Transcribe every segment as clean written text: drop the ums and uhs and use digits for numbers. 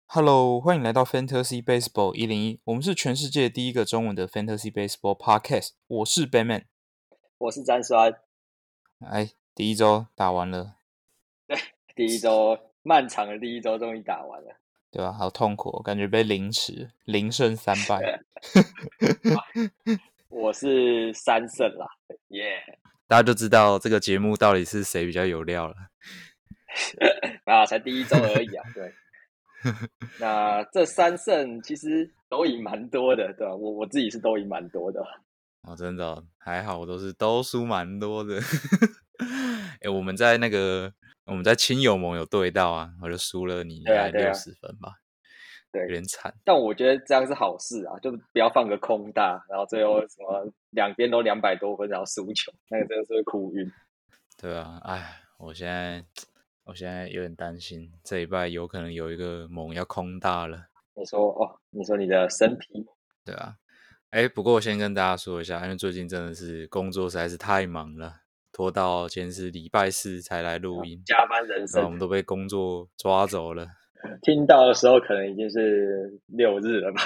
Hello，欢迎来到 Fantasy Baseball 101，我们是全世界第一个中文的 Fantasy Baseball Podcast。我是 Batman， 我是詹酸。 第一周打完了， 对，第一周漫长的第一周终于打完了， 对吧？好痛苦，感觉被凌迟，0胜3败。 我是3胜啦，耶、 大家就知道这个节目到底是谁比较有料了。 才第一周而已啊，对。那这3胜其实都赢蛮多的，对吧？我自己是都赢蛮多的。 真的还好，我都输蛮多的。我们在亲友盟有对到啊，我就输了你大概60分吧， 对， 有点惨。 但我觉得这样是好事啊，就不要放个空大，然后最后什么两边都200多分，然后输球，那个真的是会哭晕。 对啊，我现在有点担心，这礼拜有可能有一个盟要空大了。 你说你的身体， 对啊，不过我先跟大家说一下，因为最近真的是工作实在是太忙了，拖到今天是礼拜4才来录音， 加班人生， 然后我们都被工作抓走了。 听到的时候可能已经是6日了吧？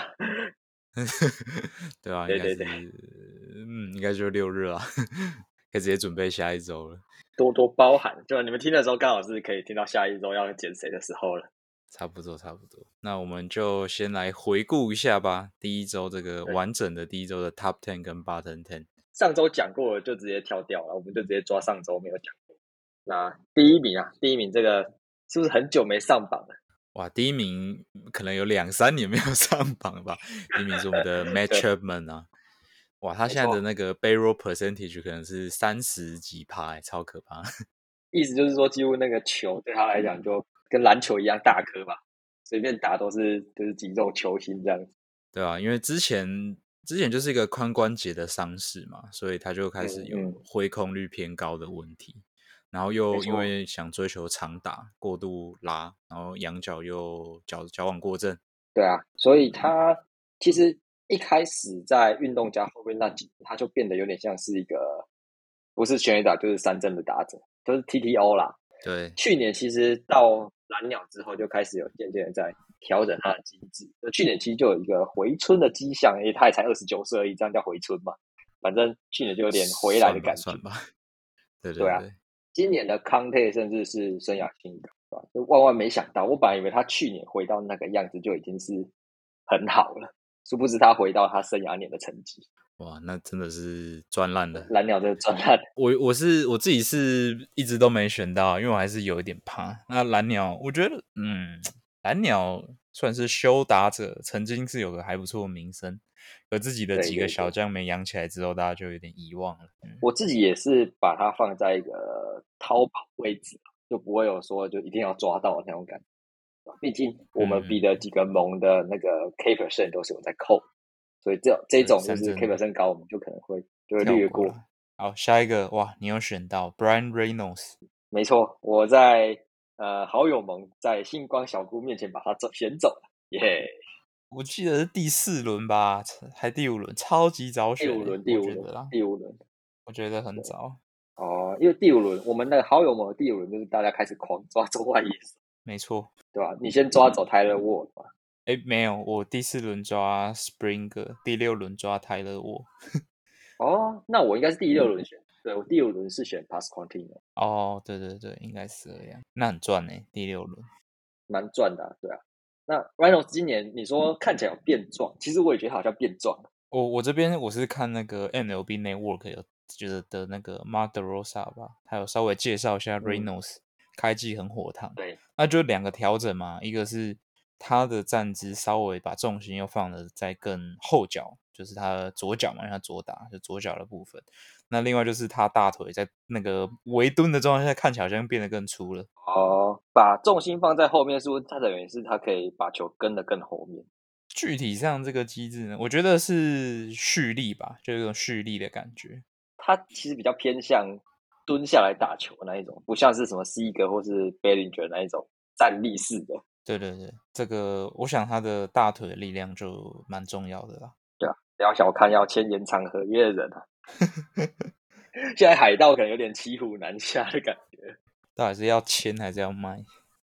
对啊， 对， 应该就是6日了，可以直接准备下一周了。 多多包涵，就你们听的时候刚好是可以听到下一周要捡谁的时候了。 差不多。那我们就先来回顾一下吧，第一周这个完整的第一周的 Top 10跟 Bottom 10。 上周讲过了就直接跳掉了，我们就直接抓上周没有讲过。那第一名这个是不是很久没上榜了？ 哇，第一名可能有2-3年没有上榜吧。第一名是我们的 Matt Chapman 啊，哇，他现在的那个 barrel percentage 可能是30几%，超可怕。 意思就是说，几乎那个球对他来讲就跟篮球一样大颗吧，随便打都是就是击中球心这样子。 对啊，因为之前就是一个髋关节的伤势嘛，所以他就开始有挥空率偏高的问题，然后又因为想追求长打，过度拉，然后仰角又矫枉过正。 对啊，所以他其实一开始在运动家后面那几年，他就变得有点像是一个不是全垒打就是三振的打者，都是 TTO 啦。 对， 去年其实到蓝鸟之后，就开始有渐渐的在调整他的机制。去年其实就有一个回春的迹象，因为他也才29岁而已，这样叫回春嘛？反正去年就有点回来的感觉。 算吧。 对啊，今年的康泰甚至是生涯新高，对吧？就万万没想到，我本来以为他去年回到那个样子就已经是很好了，殊不知他回到他生涯年的成绩。 哇，那真的是赚烂了。 蓝鸟真的赚烂。 我自己是一直都没选到，因为我还是有一点怕。那蓝鸟，我觉得，蓝鸟算是修打者，曾经是有个还不错的名声，而自己的几个小将没养起来之后，大家就有点遗忘了。 我自己也是把它放在一个淘宝位置，就不会有说就一定要抓到那种感觉。毕竟我们比的几个盟的那个 K% 都是有在扣，所以这种就是 K% 高，我们就可能就会略过。 好，下一个哇，你有选到 Brian Reynolds？ 没错，我在好友盟在星光小姑面前把他选走了，耶！ 我记得是第4轮吧，还第5轮，超级早选。 第五轮， 我觉得很早。 因为第5轮我们那个好友盟的第5轮就是大家开始狂抓中外野手， 没错， 对吧？你先抓走 Tyler Ward 嘛？ 没有，我第4轮抓 Springer， 第6轮抓Tyler Ward。 那我应该是第6轮选，对，我第5轮是选 Pasquantino。 对，应该是这样。那很赚欸，第6轮蛮赚的对啊。那 Reynolds 今年你说看起来有变壮，其实我也觉得好像变壮了。 我这边我是看那个 MLB Network 有觉得的那个 Mark DeRosa 吧，他有稍微介绍一下 Reynolds，开季很火烫。 对， 那就2个调整嘛，一个是他的站姿稍微把重心又放的在更后脚，就是他的左脚嘛，因为他左打就左脚的部分。那另外就是他大腿在那个围蹲的状态下看起来好像变得更粗了。 把重心放在后面，是不是他等于是他可以把球跟得更后面？ 具体上这个机制呢，我觉得是蓄力吧，就有种蓄力的感觉。 他其实比较偏向蹲下来打球那一种，不像是什么 C 格或是 Bellinger 那一种站立式的。 对，这个我想他的大腿的力量就蛮重要的啦。 对啊，不要小看要签延长合约的人啊。现在海盗可能有点骑虎难下的感觉， 到底是要签还是要卖？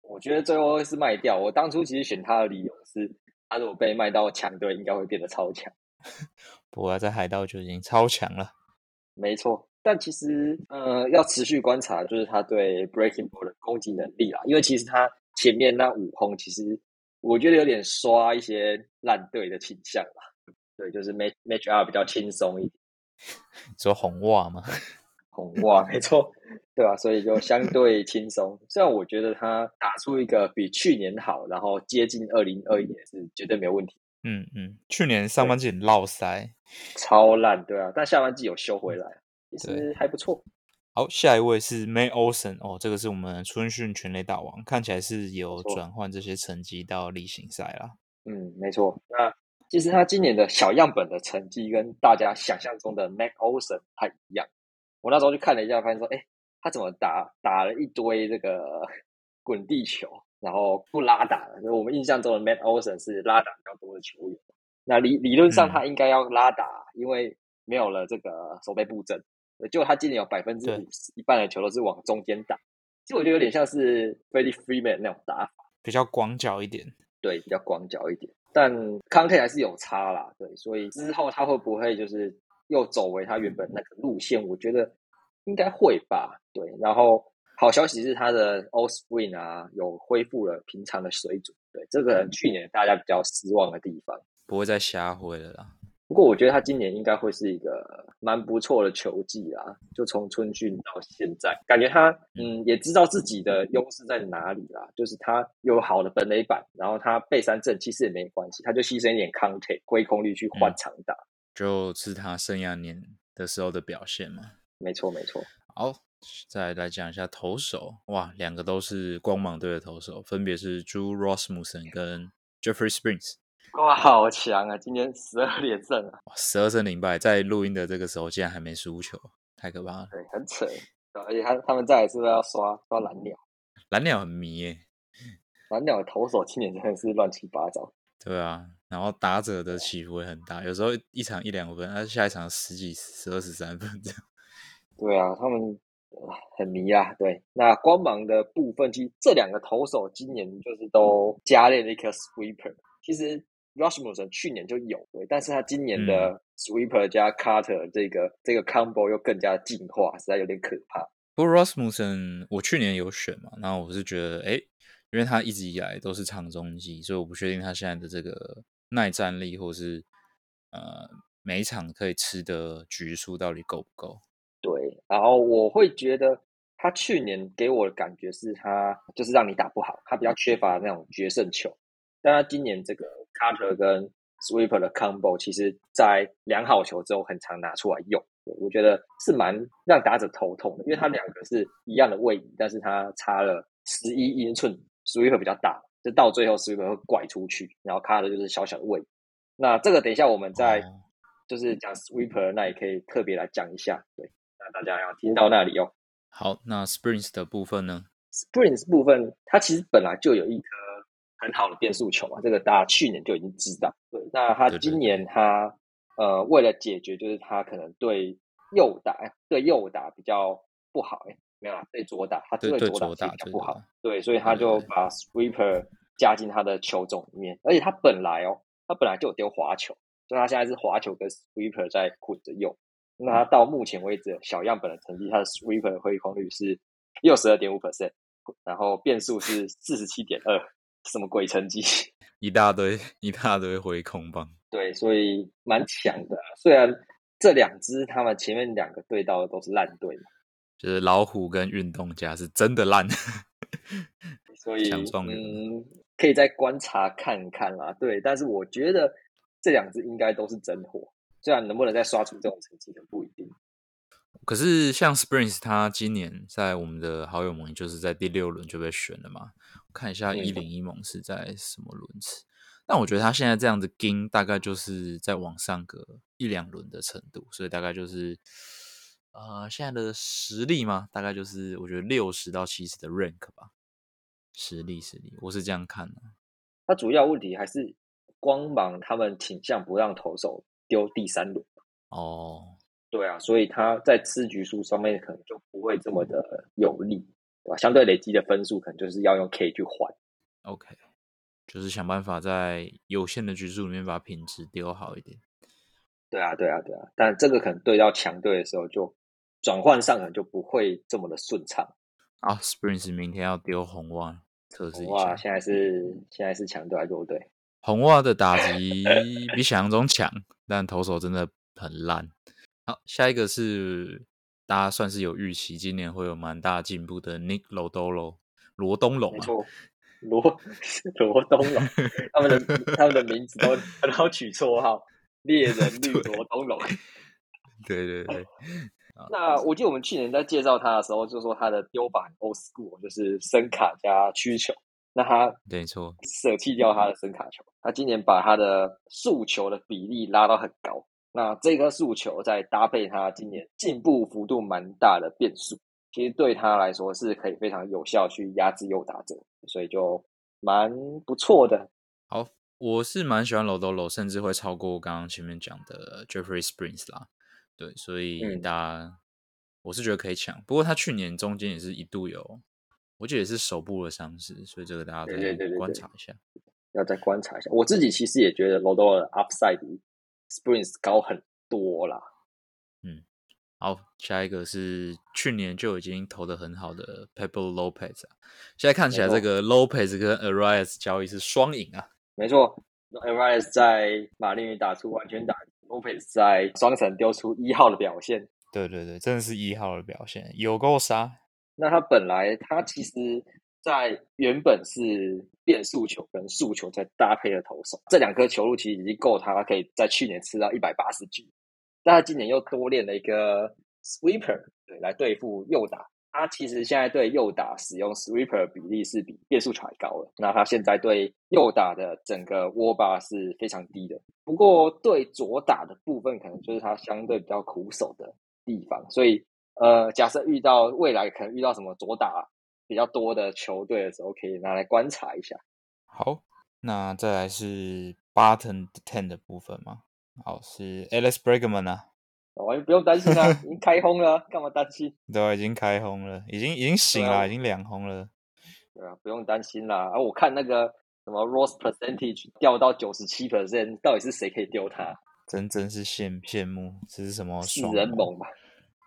我觉得最后会是卖掉。我当初其实选他的理由是，他如果被卖到强队，应该会变得超强。 不过在海盗就已经超强了。 没错，但其实要持续观察，就是他对 Breaking Ball 的攻击能力啦。因为其实他前面那5轰，其实我觉得有点刷一些烂队的倾向啦。对，就是 match up 比较轻松一点。 你说红袜吗？ 红袜，没错，对啊，所以就相对轻松。虽然我觉得他打出一个比去年好，然后接近2021年是绝对没有问题。 去年上半对， 季很落塞。 超烂，对啊，但下半季有修回来，其对， 实还不错。 好，下一位是 May Olsen 哦，这个是我们春训全垒打王，看起来是有没错， 转换这些成绩到例行赛啦。 没错。那其实他今年的小样本的成绩跟大家想象中的 Mac Olson 不太一样。我那时候去看了一下，发现说，他怎么打了一堆这个滚地球，然后不拉打的。我们印象中的 Mac Olson 是拉打比较多的球员。那理论上他应该要拉打，因为没有了这个守备布阵。结果他今年有对， 50%，一半的球都是往中间打。其实我觉得有点像是 Freddie Freeman 那种打法。 比较广角一点。 对，比较广角一点，但康 K 还是有差啦，对，所以之后他会不会就是又走回他原本那个路线？我觉得应该会吧，对。然后好消息是他的 All Spring 啊，有恢复了平常的水准，对，这个去年大家比较失望的地方。 不会再瞎挥了啦。 不过我觉得他今年应该会是一个蛮不错的球季啦，就从春训到现在，感觉他也知道自己的优势在哪里啦，就是他有好的本垒板，然后他背三振其实也没关系，他就牺牲一点 contact 挥空率去换长打。 就是他生涯年的时候的表现嘛。 没错没错。 好，再来讲一下投手，哇，两个都是光芒队的投手，分别是 Drew Rasmussen 跟 Jeffrey Springs。 哇，好强啊！今天12连胜啊， 12胜0败，在录音的这个时候竟然还没输球，太可怕了。 对，很扯。而且他们再来是不是要刷蓝鸟？ 蓝鸟很迷耶。 蓝鸟的投手今年真的是乱七八糟。 对啊，然后打者的起伏也很大，有时候一场1-2分，但是下一场10几、12、13分这样。 对啊，他们很迷啊。对，那光芒的部分，其实这两个投手今年就是都加练了一颗 sweeper。其实 Rasmussen 去年就有，对，但是他今年的 sweeper 加 Carter 这个 combo 又更加进化，实在有点可怕。 不过 Rasmussen 我去年有选嘛，然后我是觉得，因为他一直以来都是长中继，所以我不确定他现在的这个耐战力，或是每一场可以吃的局数到底够不够。 对，然后我会觉得他去年给我的感觉是他就是让你打不好，他比较缺乏那种决胜球。但他今年这个 Carter 跟 Sweeper 的 combo，其实在量好球之后很常拿出来用。我觉得是蛮让打者头痛的，因为他两个是一样的位移，但是他差了11英寸，Sweeper 比较大，就到最后 Sweeper 会拐出去，然后 Carter 就是小小的位移。那这个等一下我们在就是讲 Sweeper，那也可以特别来讲一下，对。那大家要听到那里哦。 好，那 Springs 的部分呢？ Springs 部分，它其实本来就有一颗很好的变速球嘛，这个大家去年就已经知道。对，那他今年他为了解决，就是他可能对右打比较不好，没有啦，对左打，他对左打其实比较不好，对，所以他就把 Sweeper 加进他的球种里面，而且他本来就有丢滑球，所以他现在是滑球跟 Sweeper 在混着用。那他到目前为止小样本的成绩，他的 Sweeper 的挥空率是62.5%，然后变速是47.2，什么鬼成绩？ 一大堆挥空棒。 对，所以蛮强的。虽然这两支他们前面2个对到的都是烂队嘛， 就是老虎跟运动家是真的烂。 所以强壮人可以再观察看看啦。对，但是我觉得这2支应该都是真货，虽然能不能再刷出这种成绩的不一定。 可是像 Springs 他今年在我们的好友盟就是在第6轮就被选了嘛，我看一下101盟是在什么轮次。但我觉得他现在这样子跟大概就是在往上个1-2轮的程度，所以大概就是现在的实力嘛，大概就是我觉得60到70的 rank 吧。实力，我是这样看的。 他主要问题还是光芒他们倾向不让投手丢第3轮。 哦， 对啊，所以他在吃局数上面可能就不会这么的有利。 对吧？相对累积的分数可能就是要用 K 去换。 OK，就是想办法在有限的局数里面把品质丢好一点。 对啊，对啊，对啊，但这个可能对到强队的时候，就转换上可能就不会这么的顺畅。 Springs 明天要丢红袜测试一哇， 下。 现在是强队还是弱队？ 红袜的打击比想象中强，但投手真的很烂。好，下一个是大家算是有预期，今年会有蛮大进步的 Nick Lodolo 罗东龙啊。 没错，罗罗东龙，他们的名字都很好取绰号，猎人绿罗东龙。 对对对， 那我记得我们去年在介绍他的时候，就说他的丢法很 old school，就是声卡加曲球。那他没错， 舍弃掉他的声卡球，他今年把他的速球的比例拉到很高。那这个速球再搭配他今年进步幅度蛮大的变速，其实对他来说是可以非常有效去压制右打者，所以就蛮不错的。 好，我是蛮喜欢 Lodolo，甚至会超过刚刚前面讲的 Jeffrey Springs 啦。对，所以大家我是觉得可以抢。不过他去年中间也是一度有，我记得也是手部的伤势，所以这个大家再观察一下。 要再观察一下。我自己其实也觉得 Lodolo 的 upside 比 Springs 高很多啦。 好，下一个是去年就已经投得很好的 Pablo Lopez 啊，现在看起来这个 Lopez 跟 Arias 交易是双赢啊。 没错 ，Arias 在马林鱼打出完全打，Lopez 在双城丢出1号的表现。 对对对，真的是1号的表现，有够杀。 那他其实在原本是变速球跟速球在搭配的投手，这2颗球路其实已经够他可以在去年吃到180局，但他今年又多练了一个 sweeper， 对，来对付右打。他其实现在对右打使用 sweeper 的比例是比变速球还高的，那他现在对右打的整个握把是非常低的，不过对左打的部分可能就是他相对比较苦手的地方，所以假设未来可能遇到什么左打比较多的球队的时候，可以拿来观察一下。 好，那再来是 Bottom 10的部分嘛。好，是 Alex Bregman 啊， 完全不用担心啊，已经开轰了，干嘛担心？ 对啊，已经开轰了，已经醒了，已经2轰了。 对啊，不用担心啦。我看那个什么 Rose percentage 掉到97%，到底是谁可以丢他？ 真是羡慕，这是什么 4 爽人猛吧？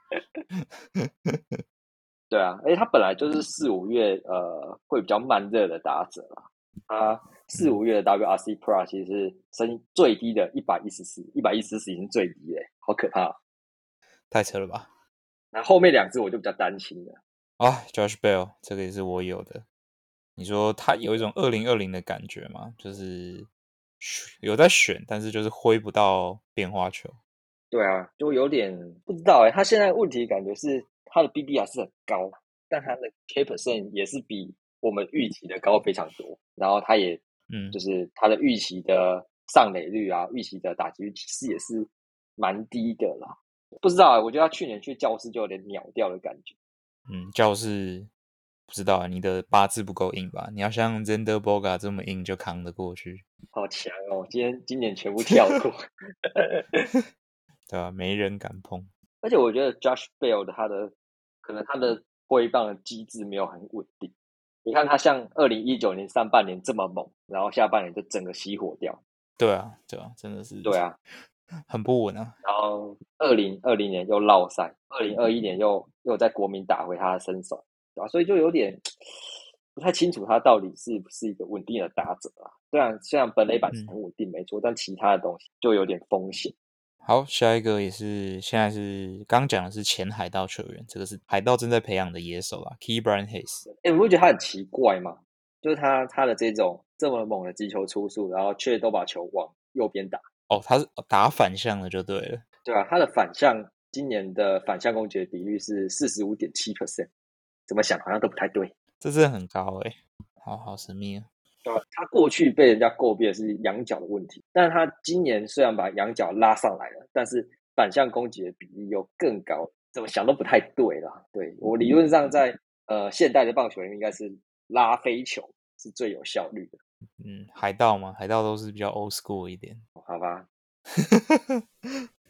对啊，而且他本来就是4、5月会比较慢热的打者啦。他4、5月的 WRC Plus 其实是声音最低的114，114已经最低了，好可怕， 太扯了吧？ 那后面2支我就比较担心了。 Josh Bell 这个也是我有的。你说他有一种2020的感觉吗？就是有在选，但是就是挥不到变化球。 对啊，就有点不知道他现在问题感觉是他的 BBR 是很高，但他的 K% 也是比我们预期的高非常多。然后他也，就是他的预期的上垒率啊，预期的打击率其实也是蛮低的啦。不知道我觉得他去年去教室就有点秒掉的感觉。 教室不知道你的八字不够硬吧？你要像 Zender Boga 这么硬就扛得过去。 好强哦！今年全部跳过。 对吧？没人敢碰。 而且我觉得 Josh Bell 可能他的挥棒的机制没有很稳定。你看他像2019年上半年这么猛，然后下半年就整个熄火掉。 对啊，真的是。 对啊， 很不稳啊。 然后2020年又落赛，2021年又在国民打回他的身手，对吧？所以就有点不太清楚他到底是不是一个稳定的打者啊。虽然本垒板是很稳定没错，但其他的东西就有点风险。 好，下一个也是现在是刚讲的是前海盗球员，这个是海盗正在培养的野手啦 ，Ke'Bryan Hayes。 你不会觉得他很奇怪吗？就是他的这种这么猛的击球出速，然后却都把球往右边打。 他是打反向的就对了。 对啊，他的今年的反向攻击的比率是45.7%，怎么想好像都不太对。 这真的很高好神秘啊。 他过去被人家诟病的是仰角的问题，但是他今年虽然把仰角拉上来了，但是反向攻击的比例又更高，怎么想都不太对啦。对，我理论上在现代的棒球里面应该是拉飞球是最有效率的。 海盗嘛，海盗都是比较 old school 一点。 好吧。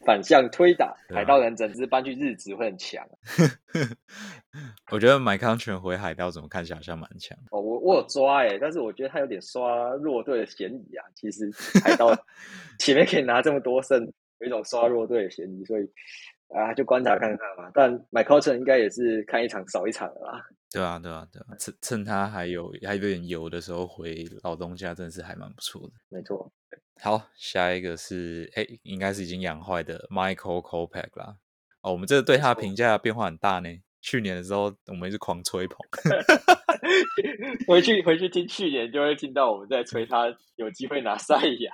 反向推打，海盗人整支搬去日职会很强。 我觉得买康全回海盗怎么看起来好像蛮强的。 我有抓但是我觉得他有点刷弱队的嫌疑啊。其实海盗前面可以拿这么多胜，有一种刷弱队的嫌疑，所以就观察看看吧。但买康全应该也是看一场少一场的啦。 对啊，趁他还有点油的时候回老东家，真的是还蛮不错的。 没错。 好，下一个是应该是已经养坏的 Michael Kopech 啦。我们这个对他的评价变化很大呢。去年的时候，我们一直狂吹捧。 回去听去年，就会听到我们在吹他有机会拿赛亚。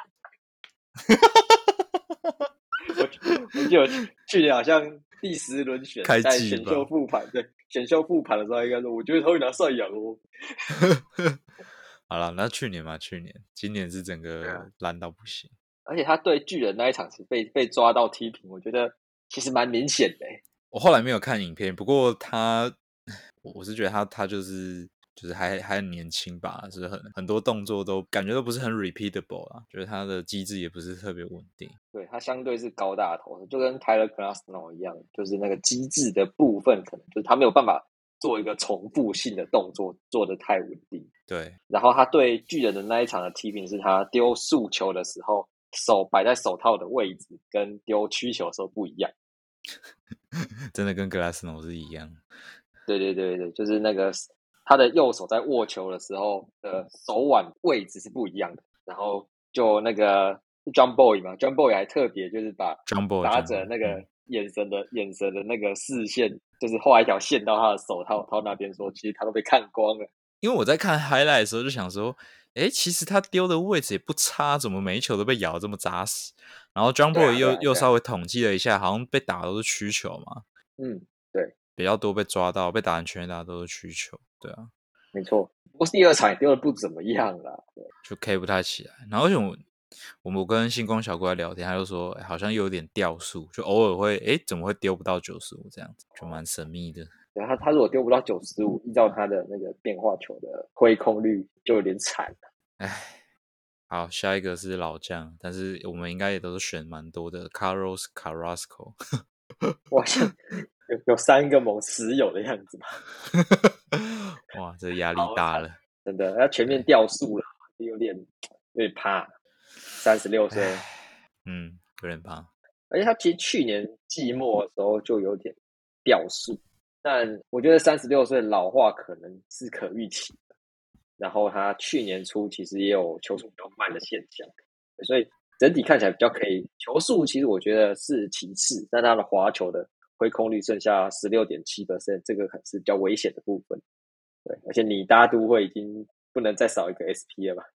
我记得去年好像第10轮选在选秀复盘，对选秀复盘的时候，应该说我觉得他会拿赛亚哦。 好了，那去年嘛，今年是整个烂到不行。 而且他对巨人那一场是被抓到踢平，我觉得其实蛮明显的。 我后来没有看影片，不过我是觉得他就是还很年轻吧，是很多动作都感觉都不是很 repeatable 啊，觉得他的机制也不是特别稳定。 对，他相对是高大头，就跟 Tyler Glasnow 一样，就是那个机制的部分可能就是他没有办法做一个重复性的动作，做得太稳定。 对， 然后他对巨人的那一场的踢平是他丢速球的时候，手摆在手套的位置跟丢曲球的时候不一样。 真的跟 Glasnow 是一样。 对，就是那个他的右手在握球的时候的手腕位置是不一样的。然后就那个 John Boy 嘛 ，John Boy 还特别就是把打者那个眼神的那个视线，就是画一条线到他的手套那边，说其实他都被看光了。 因为我在看 highlight 的时候就想说，其实他丢的位置也不差，怎么每一球都被咬这么扎实？然后 John Boy 又稍微统计了一下，好像被打的都是曲球嘛。 对， 比较多被抓到，被打成全垒打都是曲球。对啊， 没错。不过第2场也丢的不怎么样啦， 就 K 不太起来。然后而且我跟星光小哥在聊天，他就说，好像有点掉速，就偶尔会怎么会丢不到95这样子，就蛮神秘的。 对，他如果丢不到95，依照他的那个变化球的挥空率就有点惨了。 好，下一个是老将，但是我们应该也都是选蛮多的 Carlos Carrasco。 哇，像有3个猛持有的样子吧。 哇，这压力大了， 真的，他全面掉速了，有点怕。36岁， 有点怕。 而且他其实去年季末的时候就有点掉速，但我觉得36岁老化可能是可预期的。然后他去年初其实也有球速比较慢的现象，所以整体看起来比较可以。球速其实我觉得是其次，但他的滑球的挥空率剩下16.7%，这个可能是比较危险的部分。对，而且你大都会已经不能再少一个 SP 了吧？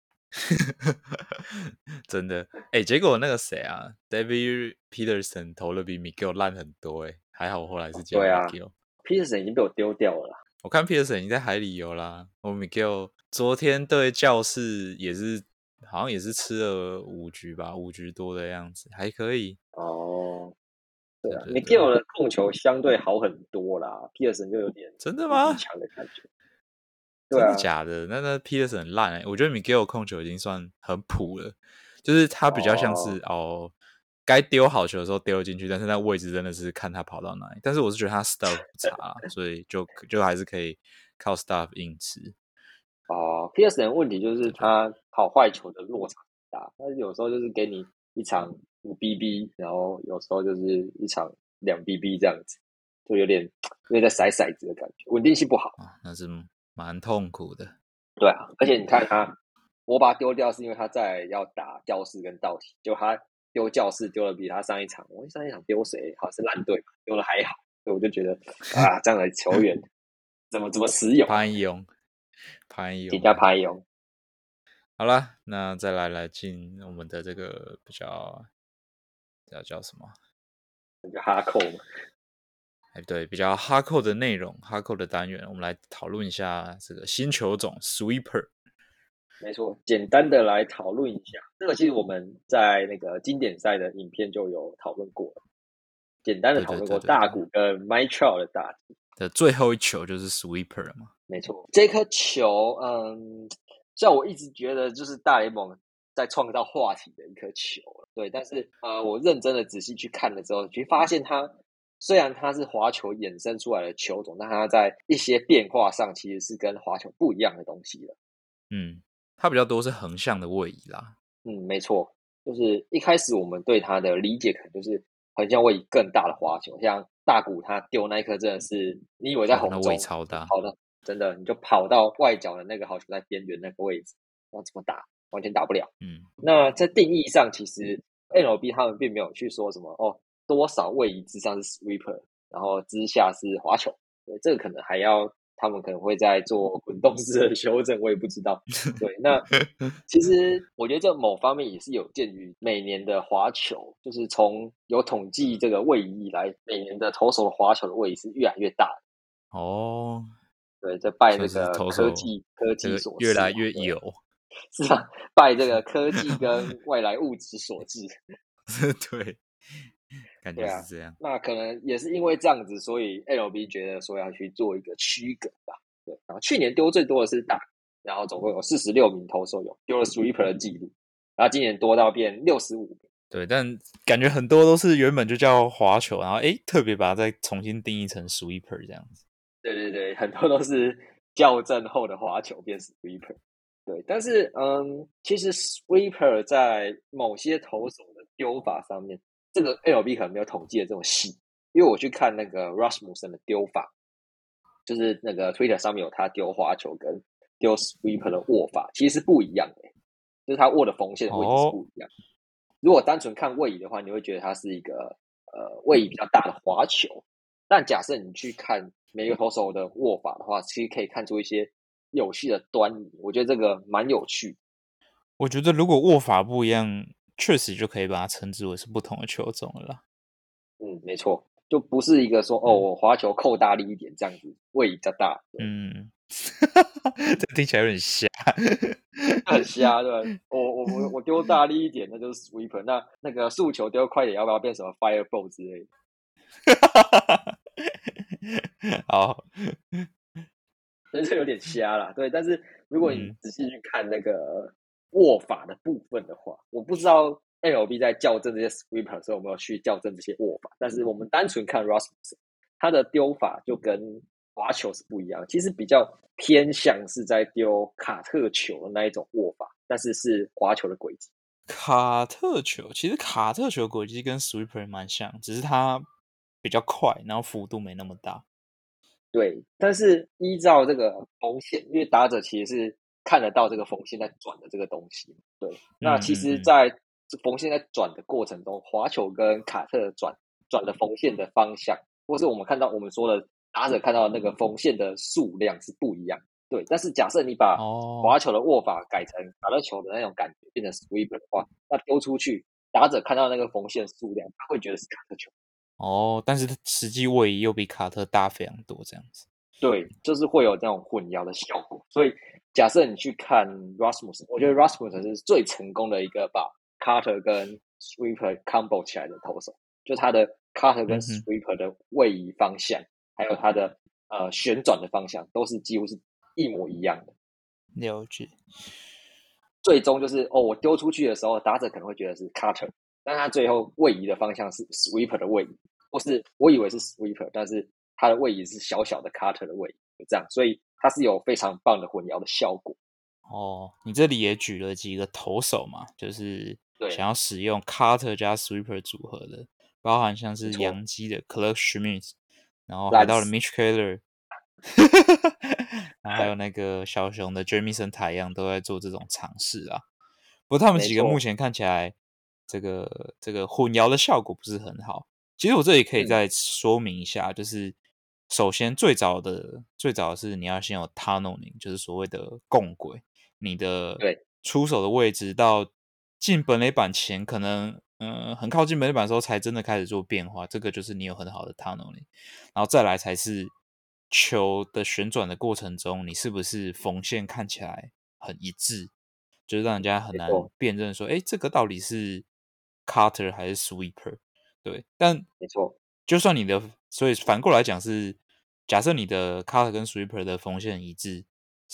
真的，结果那个谁啊 ，David Peterson 投了比 Miguel 烂很多，还好我后来是加 Miguel。Peterson 已经被我丢掉了啦。 我看 Peterson 已经在海里游啦。Miguel 昨天对教士也是，好像也是吃了5局吧，5局多的样子，还可以。 对啊 ，Miguel 的控球相对好很多啦 ，Peterson 就有点真的吗？ 强的感觉。 真的假的？那 Peterson 很烂我觉得 Miguel 控球已经算很普了，就是他比较像是该丢好球的时候丢进去，但是那位置真的是看他跑到哪里。但是我是觉得他 stuff 不差所以就还是可以靠 stuff 硬吃。 Peterson 的问题就是他跑坏球的落差大，但是有时候就是给你一场5BB，然后有时候就是一场2BB 这样子，就有点在甩骰子的感觉，稳定性不好那是蛮痛苦的。 对啊，而且你看他，我把他丢掉是因为他在要打教士跟道奇，就他丢教士丢了比他上一场丢谁？好像是烂队，丢了还好，所以我就觉得这样的球员怎么使用？ 潘勇， 比较潘勇。 好了，那再来进我们的这个比较叫什么？ 比较哈扣嘛。 对，比较哈扣的内容，哈扣的单元，我们来讨论一下这个新球种 Sweeper。 没错，简单的来讨论一下，这个其实我们在那个经典赛的影片就有讨论过了，简单的讨论过大谷跟 Mike Trout 的打击的最后一球就是 Sweeper 嘛。 没错，这颗球，像我一直觉得就是大联盟在创造话题的一颗球， 对，但是我认真的仔细去看了之后，去发现它虽然它是滑球衍生出来的球种，但它在一些变化上其实是跟滑球不一样的东西了。 它比较多是横向的位移啦。 没错，就是一开始我们对它的理解可能就是横向位移更大的滑球，像大谷他丢那一颗真的是，你以为在那红中位超大， 跑到真的你就跑到外角的那个好球在边缘那个位置，要怎么打完全打不了。那在定义上，其实 MLB 他们并没有去说什么多少位移之上是 sweeper，然后之下是滑球，对，这个可能还要他们可能会在做滚动式的修正，我也不知道。对，那其实我觉得这某方面也是有鉴于每年的滑球，就是从有统计这个位移以来，每年的投手的滑球的位移是越来越大的。 哦， 对，这拜这所以是个投手科技这个所赐越来越有， 是吧？拜这个科技跟外来物质所致。 对，感对啊， 觉是这样。 那可能也是因为这样子，所以 LB 觉得说要去做一个区隔吧。对，然后去年丢最多的是大，然后总共有46名投手有丢了 sweeper 的记录，然后今年多到变65名。 对，但感觉很多都是原本就叫滑球，然后特别把它再重新定义成 sweeper 这样子。 对对对，很多都是校正后的滑球变 sweeper。对，但是其实 sweeper 在某些投手的丢法上面，这个 LB 可能没有统计的这种细，因为我去看那个 Rasmussen 的丢法，就是那个 Twitter 上面有他丢滑球跟丢 sweeper 的握法，其实是不一样的，就是他握的缝线的位置是不一样。如果单纯看位移的话，你会觉得它是一个位移比较大的滑球，但假设你去看每个投手的握法的话，其实可以看出一些有趣的端倪。我觉得这个蛮有趣。 我觉得如果握法不一样，确实就可以把它称之为是不同的球种了啦。 没错，就不是一个说我滑球扣大力一点这样子，位移比较大。 这听起来有点瞎， 很瞎，对吧？我丢大力一点，那就是 sweeper。那个速球丢快点，要不要变什么 fireball 之类的？ 好， 所以这有点瞎啦。对，但是如果你仔细去看那个握法的部分的话，我不知道 MLB 在校正这些 sweeper 的时候有没有去校正这些握法。但是我们单纯看 Rasmussen，他的丢法就跟滑球是不一样，其实比较偏向是在丢卡特球的那一种握法，但是是滑球的轨迹。 卡特球其实卡特球轨迹跟 sweeper 蛮像，只是它比较快，然后幅度没那么大。 对，但是依照这个缝线，因为打者其实是看得到这个缝线在转的这个东西。对，那其实在缝线在转的过程中，滑球跟卡特转的缝线的方向，或是我们说的打者看到的那个缝线的数量是不一样。对，但是假设你把滑球的握法改成卡特球的那种感觉，变成 sweeper 的话，那丢出去，打者看到那个缝线数量，他会觉得是卡特球。 但是实际位移又比卡特大非常多，这样子。 对，就是会有这种混淆的效果。所以假设你去看 Rasmussen，我觉得 Rasmussen 是最成功的一个把 Carter 跟 Sweeper combo 起来的投手，就他的 Carter 跟 Sweeper 的位移方向，还有他的旋转的方向，都是几乎是一模一样的。 了解。 最终就是我丢出去的时候，打者可能会觉得是 Carter，但他最后位移的方向是 Sweeper 的位移，或是我以为是 Sweeper，但是他的位移是小小的 Carter 的位移，就这样，所以它是有非常棒的混淆的效果。 你这里也举了几个投手嘛，就是想要使用 Carter 加 Sweeper 组合的，包含像是洋基的 Clarke Schmidt，然后海盗的 Mitch Keller， 然后还有那个小熊的 Jamison Tyone 都在做这种尝试啊。不过他们几个目前看起来，这个混淆的效果不是很好。其实我这里可以再说明一下，就是首先最早的是你要先有 tunneling， 就是所谓的共轨，你的出手的位置到进本垒板前，可能很靠近本垒板的时候才真的开始做变化，这个就是你有很好的 tunneling， 然后再来才是球的旋转的过程中，你是不是缝线看起来很一致，就是让人家很难辨认说，这个到底是 Carter 还是 Sweeper。对，但没错， 就算你的，所以反过来讲是，假设你的 Carter 跟 Sweeper 的缝线一致，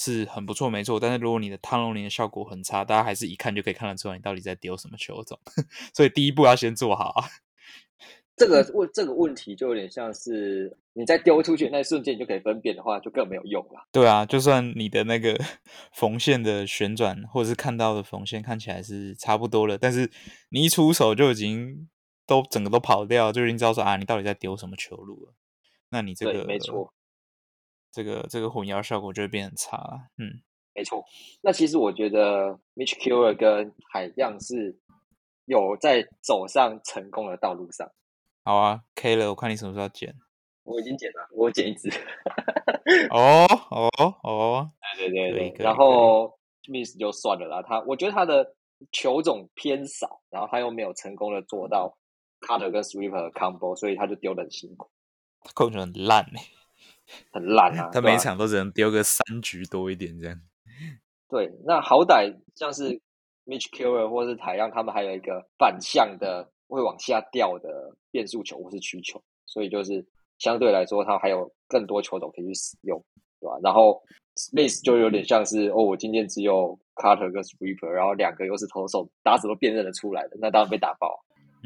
是很不错没错，但是如果你的汤龙林的效果很差，大家还是一看就可以看得出来你到底在丢什么球种，所以第一步要先做好啊。 这个问题就有点像是你在丢出去的那一瞬间你就可以分辨的话，就更没有用了。 对啊，就算你的那个缝线的旋转，或者是看到的缝线看起来是差不多了，但是你一出手就已经整个都跑掉，就已经知道说啊，你到底在丢什么球路了。那你这对， 个没错， 这个混淆效果就会变很差了。 没错。那其实我觉得 Mitch Keller 跟海样是有在走上成功的道路上。 好啊，K 了，我看你什么时候要剪。 我已经剪了，我剪一支。 哦哦哦， 对对对对， 可以可以可以。 然后 Miss 就算了啦，我觉得他的球种偏少，然后他又没有成功的做到 Cutter 跟 Sweeper 的 combo，所以他就丢的很辛苦， 他控球很烂很烂啊， 他对吧、 每场都只能丢个3局多一点这样。 对，那好歹像是 Mitch Keller 或是台样，他们还有一个反向的会往下掉的变速球或是曲球，所以就是相对来说，他还有更多球种可以去使用，对吧？然后 Smith 就有点像是我今天只有 Carter 跟 Sweeper，然后两个又是投手，打者都辨认得出来的，那当然被打爆。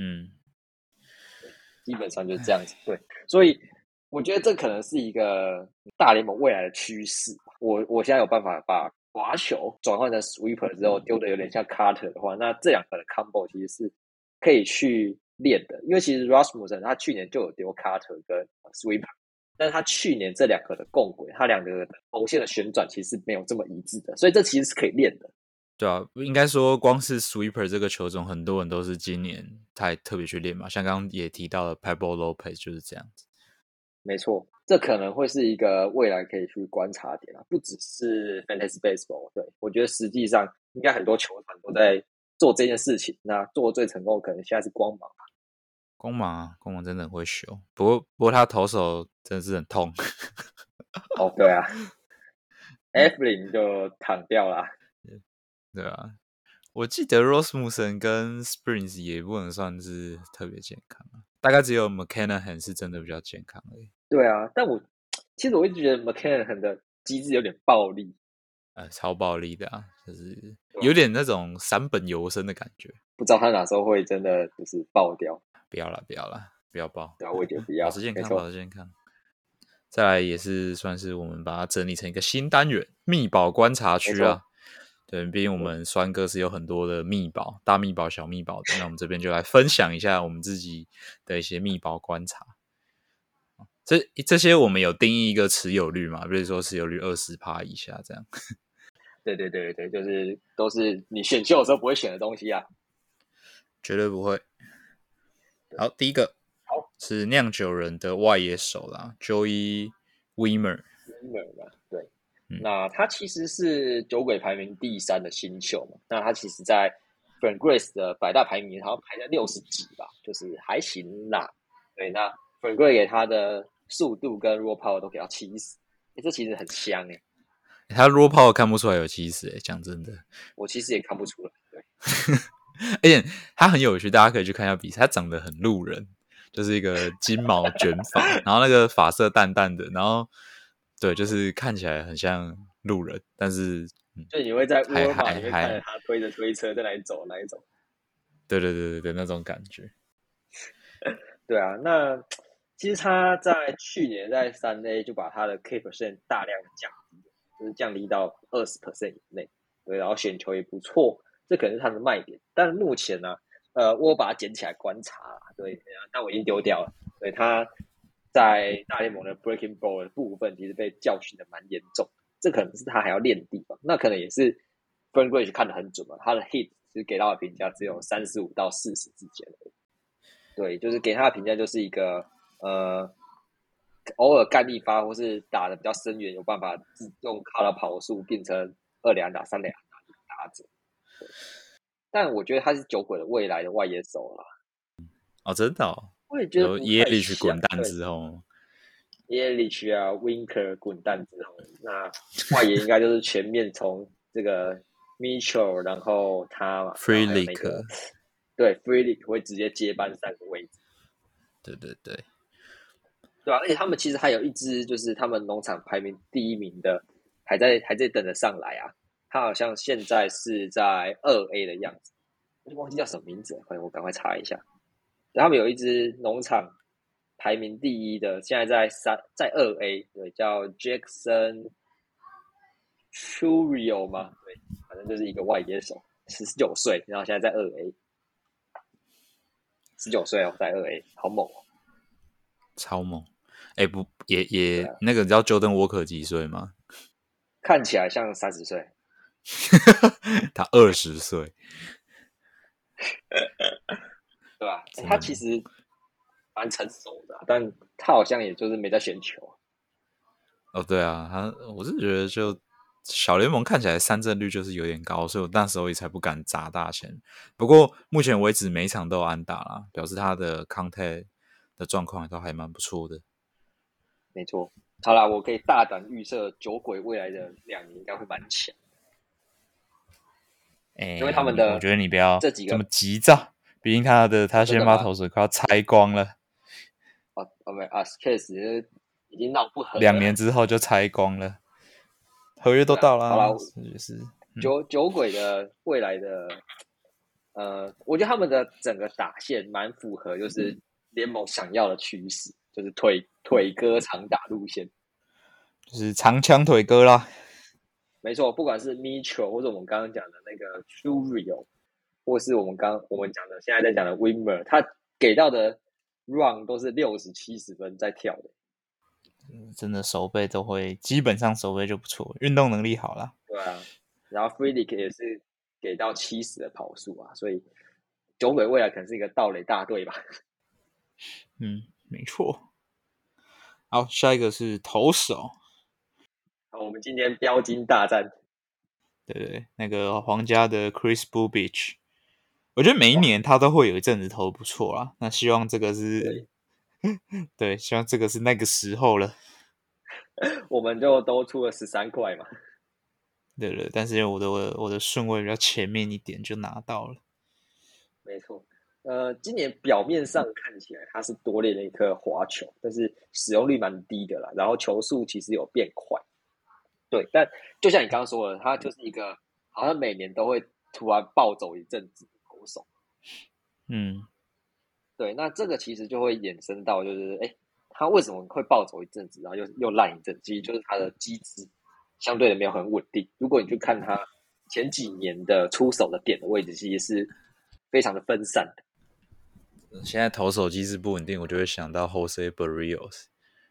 基本上就是这样子。对，所以我觉得这可能是一个大联盟未来的趋势。我现在有办法把滑球转换成 sweeper 之后丢的有点像 Carter 的话，那这两个的 combo 其实是可以去练的。因为其实 Rasmussen 他去年就有丢 Carter 跟 sweeper， 但是他去年这两个的共轨，他两个的缝线的旋转其实是没有这么一致的，所以这其实是可以练的。 对啊，应该说光是 sweeper 这个球种，很多人都是今年才特别去练嘛。像刚刚也提到了 Pablo Lopez 就是这样子。 没错，这可能会是一个未来可以去观察点啊，不只是 Fantasy Baseball。对，我觉得实际上应该很多球团都在做这件事情。那做最成功的可能现在是光芒吧。 光芒真的很会修，不过他投手真的是很痛。 哦，对啊，Eflin 就躺掉了。 对啊，我记得 Rasmussen 跟 Springs 也不能算是特别健康，大概只有 McClanahan 是真的比较健康而已。 对啊，但其实我一直觉得 McCann 的机制有点暴力， 超暴力的啊，就是有点那种散本游生的感觉。 不知道他哪时候会真的就是爆掉。 不要了，不要爆。 对啊，我也觉得不要， 保持健康， 没错。 保持健康。再来也是算是我们把它整理成一个新单元——密宝观察区啊。对，毕竟我们酸哥是有很多的密宝，大密宝、小密宝的，那我们这边就来分享一下我们自己的一些密宝观察。这些我们有定义一个持有率嘛？比如说持有率20%以下这样。 对对对对，就是都是你选秀的时候不会选的东西啊。 绝对不会。好，第一个是酿酒人的外野手啦 ，Joey Wiemer。 对，那他其实是酒鬼排名第3的新秀嘛。那他其实在 Fangraphs 的百大排名好像排在60几吧，就是还行啦。对，那 Fangraphs 给他的速度跟 raw power 都给到70，这其实很香欸。 他 raw power 看不出来有70讲真的。 我其实也看不出来。对， 而且他很有趣，大家可以去看一下比赛。他长得很路人，就是一个金毛卷发，然后那个发色淡淡的，然后对，就是看起来很像路人，但是就你会在沃尔玛里面看还着他推着推车在那里走那一种。 对那种感觉。 对啊，那其实他在去年在3A 就把他的 K% 大量降低，就是降低到20% 以内。对，然后选球也不错，这可能是他的卖点。但目前呢，我把它捡起来观察，对，但我已经丢掉了。对，他在大联盟的 Breaking Ball 的部分其实被教训的蛮严重，这可能是他还要练的地方。那可能也是 Fangraphs 看得很准嘛，他的 hit 其实给到的评价只有35到40之间而已。对，就是给他的评价就是一个偶尔干力发或是打的比较深远，有办法用靠他跑速变成2垒安打、3垒安打的打者。但我觉得他是酒鬼的未来的外野手啦。 哦，真的哦。 我也觉得不耶利太像。 去滚蛋之后， 耶利去啊 ，Winker 滚蛋之后，那外野应该就是全面从这个 Mitchell， 然后他嘛 Frelick， 对 Frelick 会直接接班3个位置。对啊，而且他们其实还有一支就是他们农场排名第1名的还在等着上来啊。他好像现在是在2A 的样子，我忘记叫什么名字了，我赶快查一下。他们有一支农场排名第一的，现在在2A，对，叫 Jackson Churio 吗？对，反正就是一个外野手，19岁，然后现在在2A，19岁哦，在2A，好猛哦， 超猛！哎，不，也对啊， 那个你知道 Jordan Walker 几岁吗？ 看起来像30岁， 他20岁， 对吧？他真的猛。 其实蛮成熟的，但他好像也就是没在选球。 哦，对啊，我是觉得就小联盟看起来三振率就是有点高，所以我那时候也才不敢砸大钱。不过目前为止每一场都有安打啦，表示他的 contact 的状况都还蛮不错的。 没错，好啦，我可以大胆预测，酒鬼未来的2年应该会蛮强，因为他哎， 们的我觉得你不要这几个这么急躁，毕竟他先发真的吗？ 投手快要拆光了， 没啊，确实已经闹不和了。 2年之后就拆光了，合约都对啊，好啦， 到啦，就是酒鬼的未来的我觉得他们的整个打线蛮符合，就是联盟想要的趋势，就是腿哥长打路线。 就是长枪腿哥啦。 没错，不管是 Mitchell 或者我们刚刚讲的那个 Churio，或是我们讲的现在在讲的 Wimmer，他给到的 run 都是60、70分在跳的。 真的手背都会，基本上手背就不错，运动能力好啦。 对啊，然后 Friedrich 也是给到70的跑速啊，所以酒鬼未来可能是一个盗垒大队吧。 没错。好，下一个是投手， 好，我们今天标金大战， 对，那个皇家的 Chris Bubich，我觉得每一哇， 年他都会有一阵子投不错啦。那希望这个是， 对， 对，希望这个是那个时候了。 我们就都出了13块嘛。 对对，但是因为我的顺位比较前面一点，就拿到了。 没错，今年表面上看起来他是多练了一颗滑球，但是使用率蛮低的啦，然后球速其实有变快。对，但就像你刚刚说的，他就是一个好像每年都会突然暴走一阵子的投手。 嗯， 对，那这个其实就会衍生到就是，哎，他为什么会暴走一阵子，然后又烂一阵？其实就是他的机制相对的没有很稳定。如果你去看他前几年的出手的点的位置，其实是非常的分散的。 现在投手机制不稳定，我就会想到 Jose Barrios，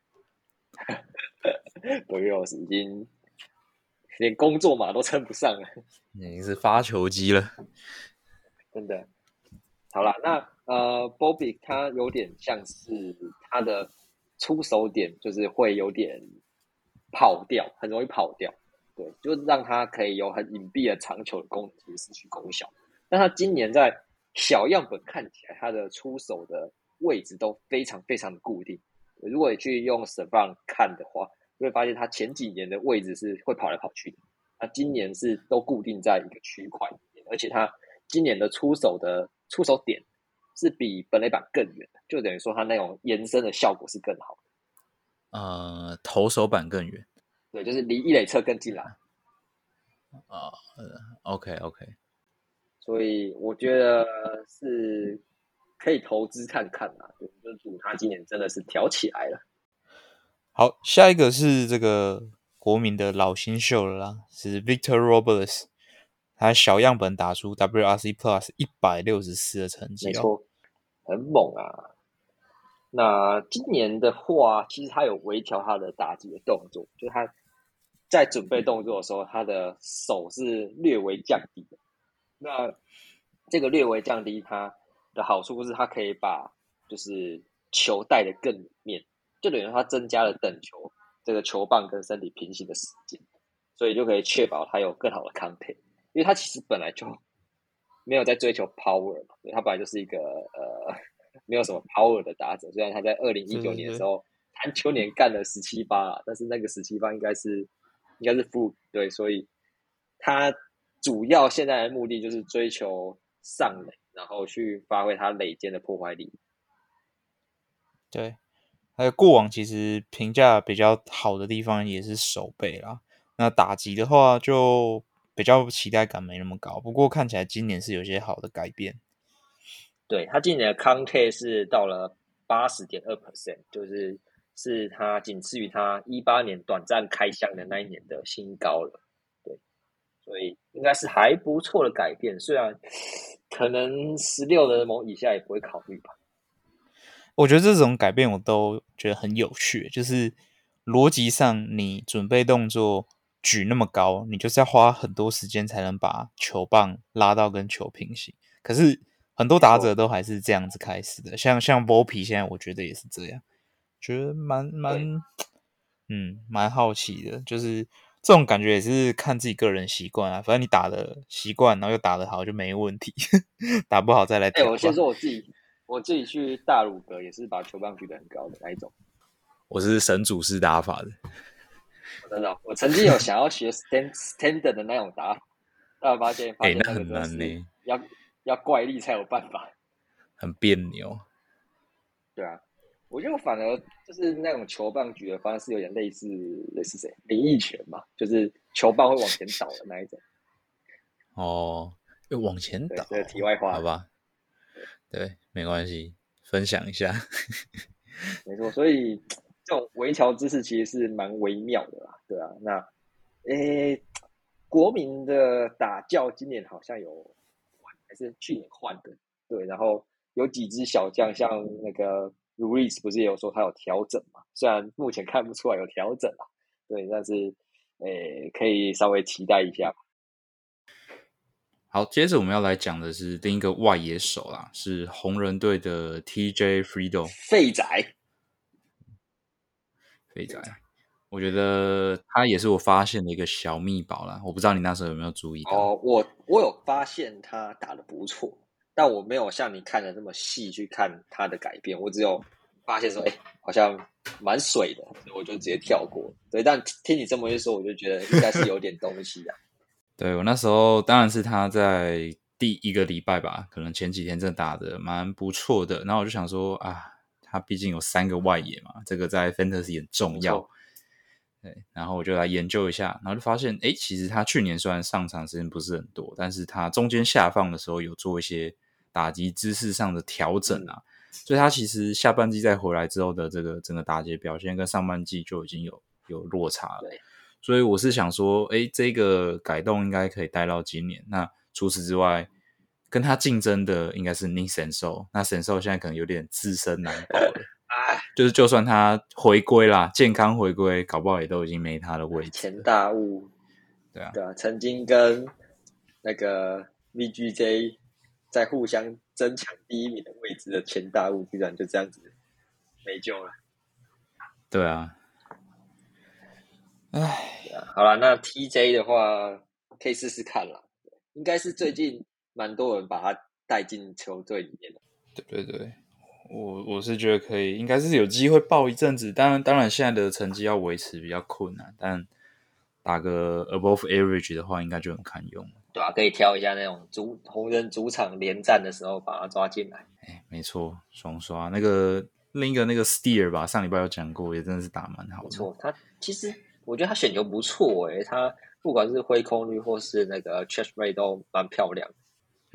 b r i o s 已经连工作码都称不上了， 已经是发球机了。 真的。好啦，那Bobby 他有点像是他的出手点就是会有点跑掉，很容易跑掉，对，就是让他可以有很隐蔽的长球的功能，其实失去功效。但他今年在小样本看起来，他的出手的位置都非常非常的固定。如果你去用 Savant 看的话，你会发现他前几年的位置是会跑来跑去的，他今年是都固定在一个区块里面，而且他今年的出手点是比本垒板更远的，就等于说它那种延伸的效果是更好的。 投手板更远对，就是离一垒侧更近来。 啊、OK OK， 所以我觉得是可以投资看看啦，就是赌他今年真的是挑起来了。 好，下一个是这个国民的老新秀了啦，是 Victor Robles，他小样本打出 WRC Plus 164的成绩哦。 没错，很猛啊。那今年的话，其实他有微调他的打击的动作，就是他在准备动作的时候，他的手是略微降低的。那这个略微降低，它的好处是它可以把就是球带的更里面，就等于它增加了等球这个球棒跟身体平行的时间，所以就可以确保它有更好的 contact。因为它其实本来就没有在追求 power 嘛，它本来就是一个没有什么 power 的打者。虽然他在2019年的时对对对， 候篮球年干了17-8，但是那个17-8应该是负对，所以他主要现在的目的就是追求上垒，然后去发挥他垒间的破坏力。 对，还有过往其实评价比较好的地方也是手背啦。 那打击的话就比较期待感没那么高，不过看起来今年是有些好的改变。 对，他今年的 Conte 是到了80.2%，是他仅次于他18年短暂开箱的那一年的新高了。对，所以应该是还不错的改变，虽然可能16的盟以下也不会考虑吧。 我觉得这种改变我都觉得很有趣，就是逻辑上你准备动作举那么高，你就是要花很多时间才能把球棒拉到跟球平行。可是很多打者都还是这样子开始的，像 Volpe 现在我觉得也是这样，觉得蛮好奇的，就是这种感觉也是看自己个人习惯啊。反正你打的习惯，然后又打得好就没问题，打不好再来调我先吧。 说我自己去大鲁阁也是把球棒举得很高的那一种。 我是神主式打法的。 真的，我曾经有想要学 standard 的那种打法，但发现那那个很难真的是呢， 要怪力才有办法。 很别扭。 对啊，我觉得反而就是那种球棒举的方式有点类似谁林奕泉嘛，就是球棒会往前倒的那一种。 哦，又往前对， 倒， 这个题外话。 好吧，对，没关系，分享一下。 没错，所以这种微调姿势其实是蛮微妙的啦，对啊。那国民的打教今年好像有换，还是去年换的，对。然后有几只小将，像那个 Ruiz 不是也有说他有调整嘛？虽然目前看不出来有调整啊，对，但是可以稍微期待一下。 好，接着我们要来讲的是另一个外野手啦，是红人队的 TJ Friedl 废仔。 肥仔。我觉得他也是我发现的一个小秘宝啦，我不知道你那时候有没有注意到。 哦，我有发现他打得不错，但我没有像你看的那么细去看他的改变，我只有发现说，好像蛮水的，所以我就直接跳过。对，但听你这么一说，我就觉得应该是有点东西啊。 对，我那时候当然是他在第一个礼拜吧，可能前几天真的打的蛮不错的，然后我就想说啊，他毕竟有3个外野嘛，这个在 Fantasy 很重要。对，然后我就来研究一下，然后就发现，其实他去年虽然上场时间不是很多，但是他中间下放的时候有做一些打击姿势上的调整啊，所以他其实下半季再回来之后的这个整个打击表现跟上半季就已经有落差了。 对， 所以我是想说，这个改动应该可以带到今年。那除此之外，跟他竞争的应该是 Nick Senzel，那 Senzel 现在可能有点自身难保了。就是就算他回归啦，健康回归，搞不好也都已经没他的位置了。 前大物， 对啊， 曾经跟那个 VGJ 在互相争抢第一名的位置的前大物，居然就这样子没救了。 对啊， 好了，那 TJ 的话可以试试看啦，应该是最近蛮多人把他带进球队里面的。 对，我是觉得可以，应该是有机会爆一阵子。当然现在的成绩要维持比较困难，但打个 above average 的话，应该就很堪用了。 对啊，可以挑一下那种红人主场连战的时候把他抓进来。 没错，双刷那个另一个那个 Steer 吧，上礼拜有讲过，也真的是打蛮好的。 没错，他其实我觉得他选球不错他不管是挥空率或是那个 catch rate 都蛮漂亮的。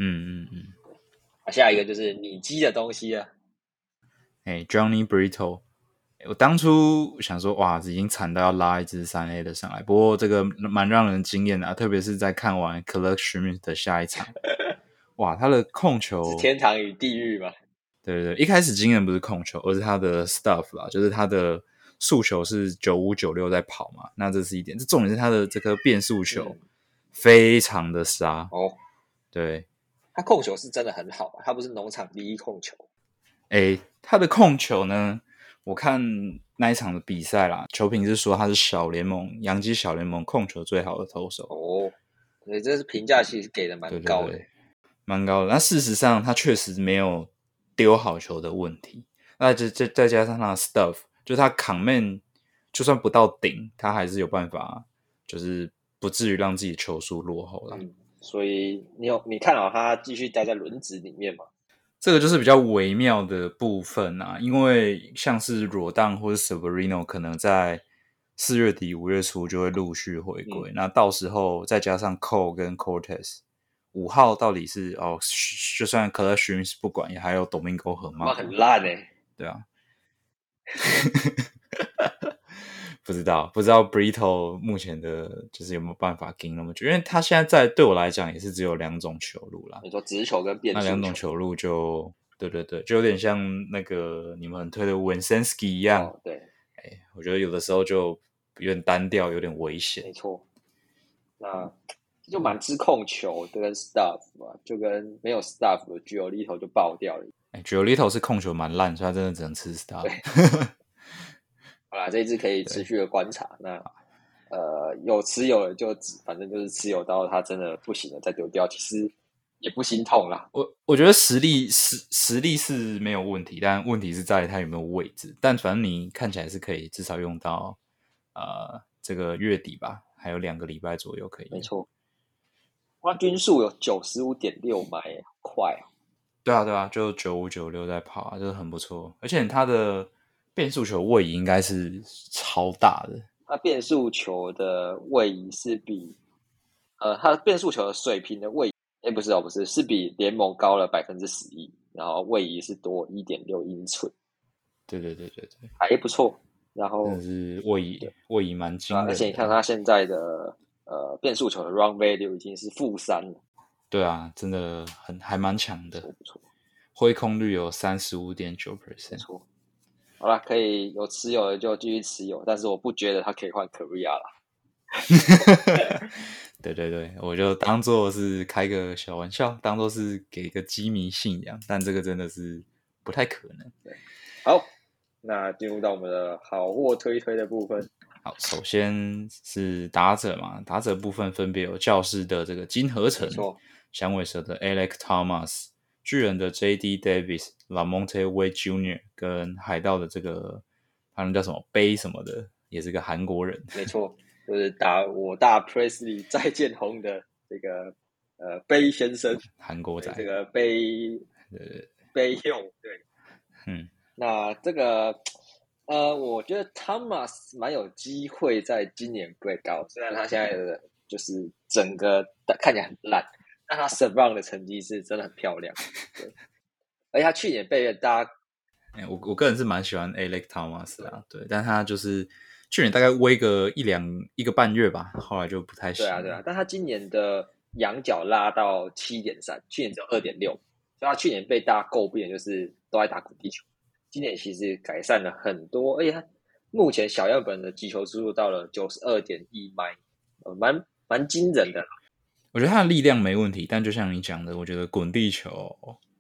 下一个就是你鸡的东西了。 Johnny Brito，我当初想说，哇，已经惨到要拉一支3A 的上来，不过这个蛮让人惊艳的特别是在看完 Clarke Schmidt 的下一场，哇，他的控球是天堂与地狱嘛？ 对，一开始惊艳不是控球，而是他的 stuff 啦，就是他的速球是9596在跑嘛，那这是一点，这重点是他的这颗变速球非常的杀对， 他控球是真的很好他不是农场第一控球。 他的控球呢，我看那一场的比赛啦，球评是说他是洋基小联盟控球最好的投手所以这是评价其实给的蛮高的， 蛮高的。那事实上他确实没有丢好球的问题，那再加上他的 stuff， 就是他command就算不到顶，他还是有办法，就是不至于让自己球速落后啦。 所以你看好他继续待在轮子里面吗？ 这个就是比较微妙的部分啊，因为像是罗当或是 Severino 可能在 4月底5月初就会陆续回归。那到时候再加上 Cole 跟 Cortez，5号到底是就算 Collections 不管，也还有 Domingo 和那很烂欸。 对啊。不知道 Brito 目前的就是有没有办法盯那么久，因为他现在对我来讲也是只有2种球路啦。 你说直球跟变速球， 那2种球路就对，就有点像那个你们很推的 Winsenski 一样。 对， 我觉得有的时候就有点单调，有点危险。 没错，那就蛮吃控球跟 stuff 嘛，就跟没有 stuff 的 Giolito 就爆掉了。 Giolito 是控球蛮烂，所以他真的只能吃 stuff。 好啦，这一支可以持续的观察。那有持有的就反正就是持有到他真的不行了再丢掉，其实也不心痛啦。 我觉得实力是没有问题，但问题是在他有没有位置。但反正你看起来是可以至少用到这个月底吧，还有2个礼拜左右可以。 没错，他均速有 95.6 迈，快啊！ 对啊，就95、96在跑啊，就是很不错。而且他的变速球位移应该是超大的。 他变速球的位移是比他变速球的水平的位移，不是，是比联盟高了11%，然后位移是多 1.6 英寸。 对， 还不错。然后真的是位移蛮惊人的。 而且你看他现在的变速球的 run value 已经是-3了。 对啊，真的还蛮强的。 不错， 挥空率有 35.9%。 没错。好啦，可以有持有的就继续持有，但是我不觉得他可以换 Korea 啦。 对，我就当做是开个小玩笑，当做是给个基迷信仰，但这个真的是不太可能。 对，好，那进入到我们的好货推的部分。 好，首先是打者嘛，打者部分分别有教士的这个金河成，响尾蛇的 Alek Thomas， 巨人的 J.D. Davis、Lamonte Wade Jr. 跟海盗的这个他们叫什么杯什么的，也是个韩国人。 没错，就是打我大 Presley 再见红的这个杯先生， 韩国仔， 这个杯用对，那这个我觉得 Thomas 蛮有机会在今年 break out， 虽然他现在的就是整个看起来很烂，但他 surround 的成绩是真的很漂亮。对，而且他去年被大家， 我个人是蛮喜欢 Alek Thomas 的，对，但他就是去年大概威个一个半月吧，后来就不太行。 对啊，但他今年的仰角拉到 7.3， 去年只有 2.6， 所以他去年被大家诟病的就是都在打滚地球。今年其实改善了很多，而且他目前小样本的击球速度到了 92.1 迈，蛮惊人的。 我觉得他的力量没问题，但就像你讲的，我觉得滚地球，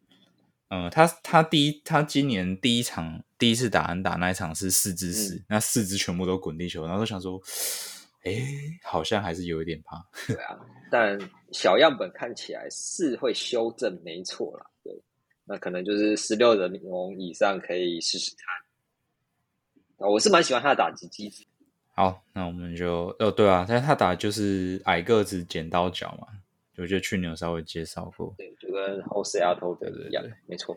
他今年第一次打安打那一场是4支4，那4支全部都滚地球，然后都想说，好像还是有一点怕。 对啊，但小样本看起来是会修正，没错啦。对，那可能就是16人以上可以试试看。我是蛮喜欢他的打击机制。 好，那我们就对啊，但是他打就是矮个子剪刀脚嘛，我觉得去年有稍微介绍过， 对，就跟 Jose Altuve 的一样，没错。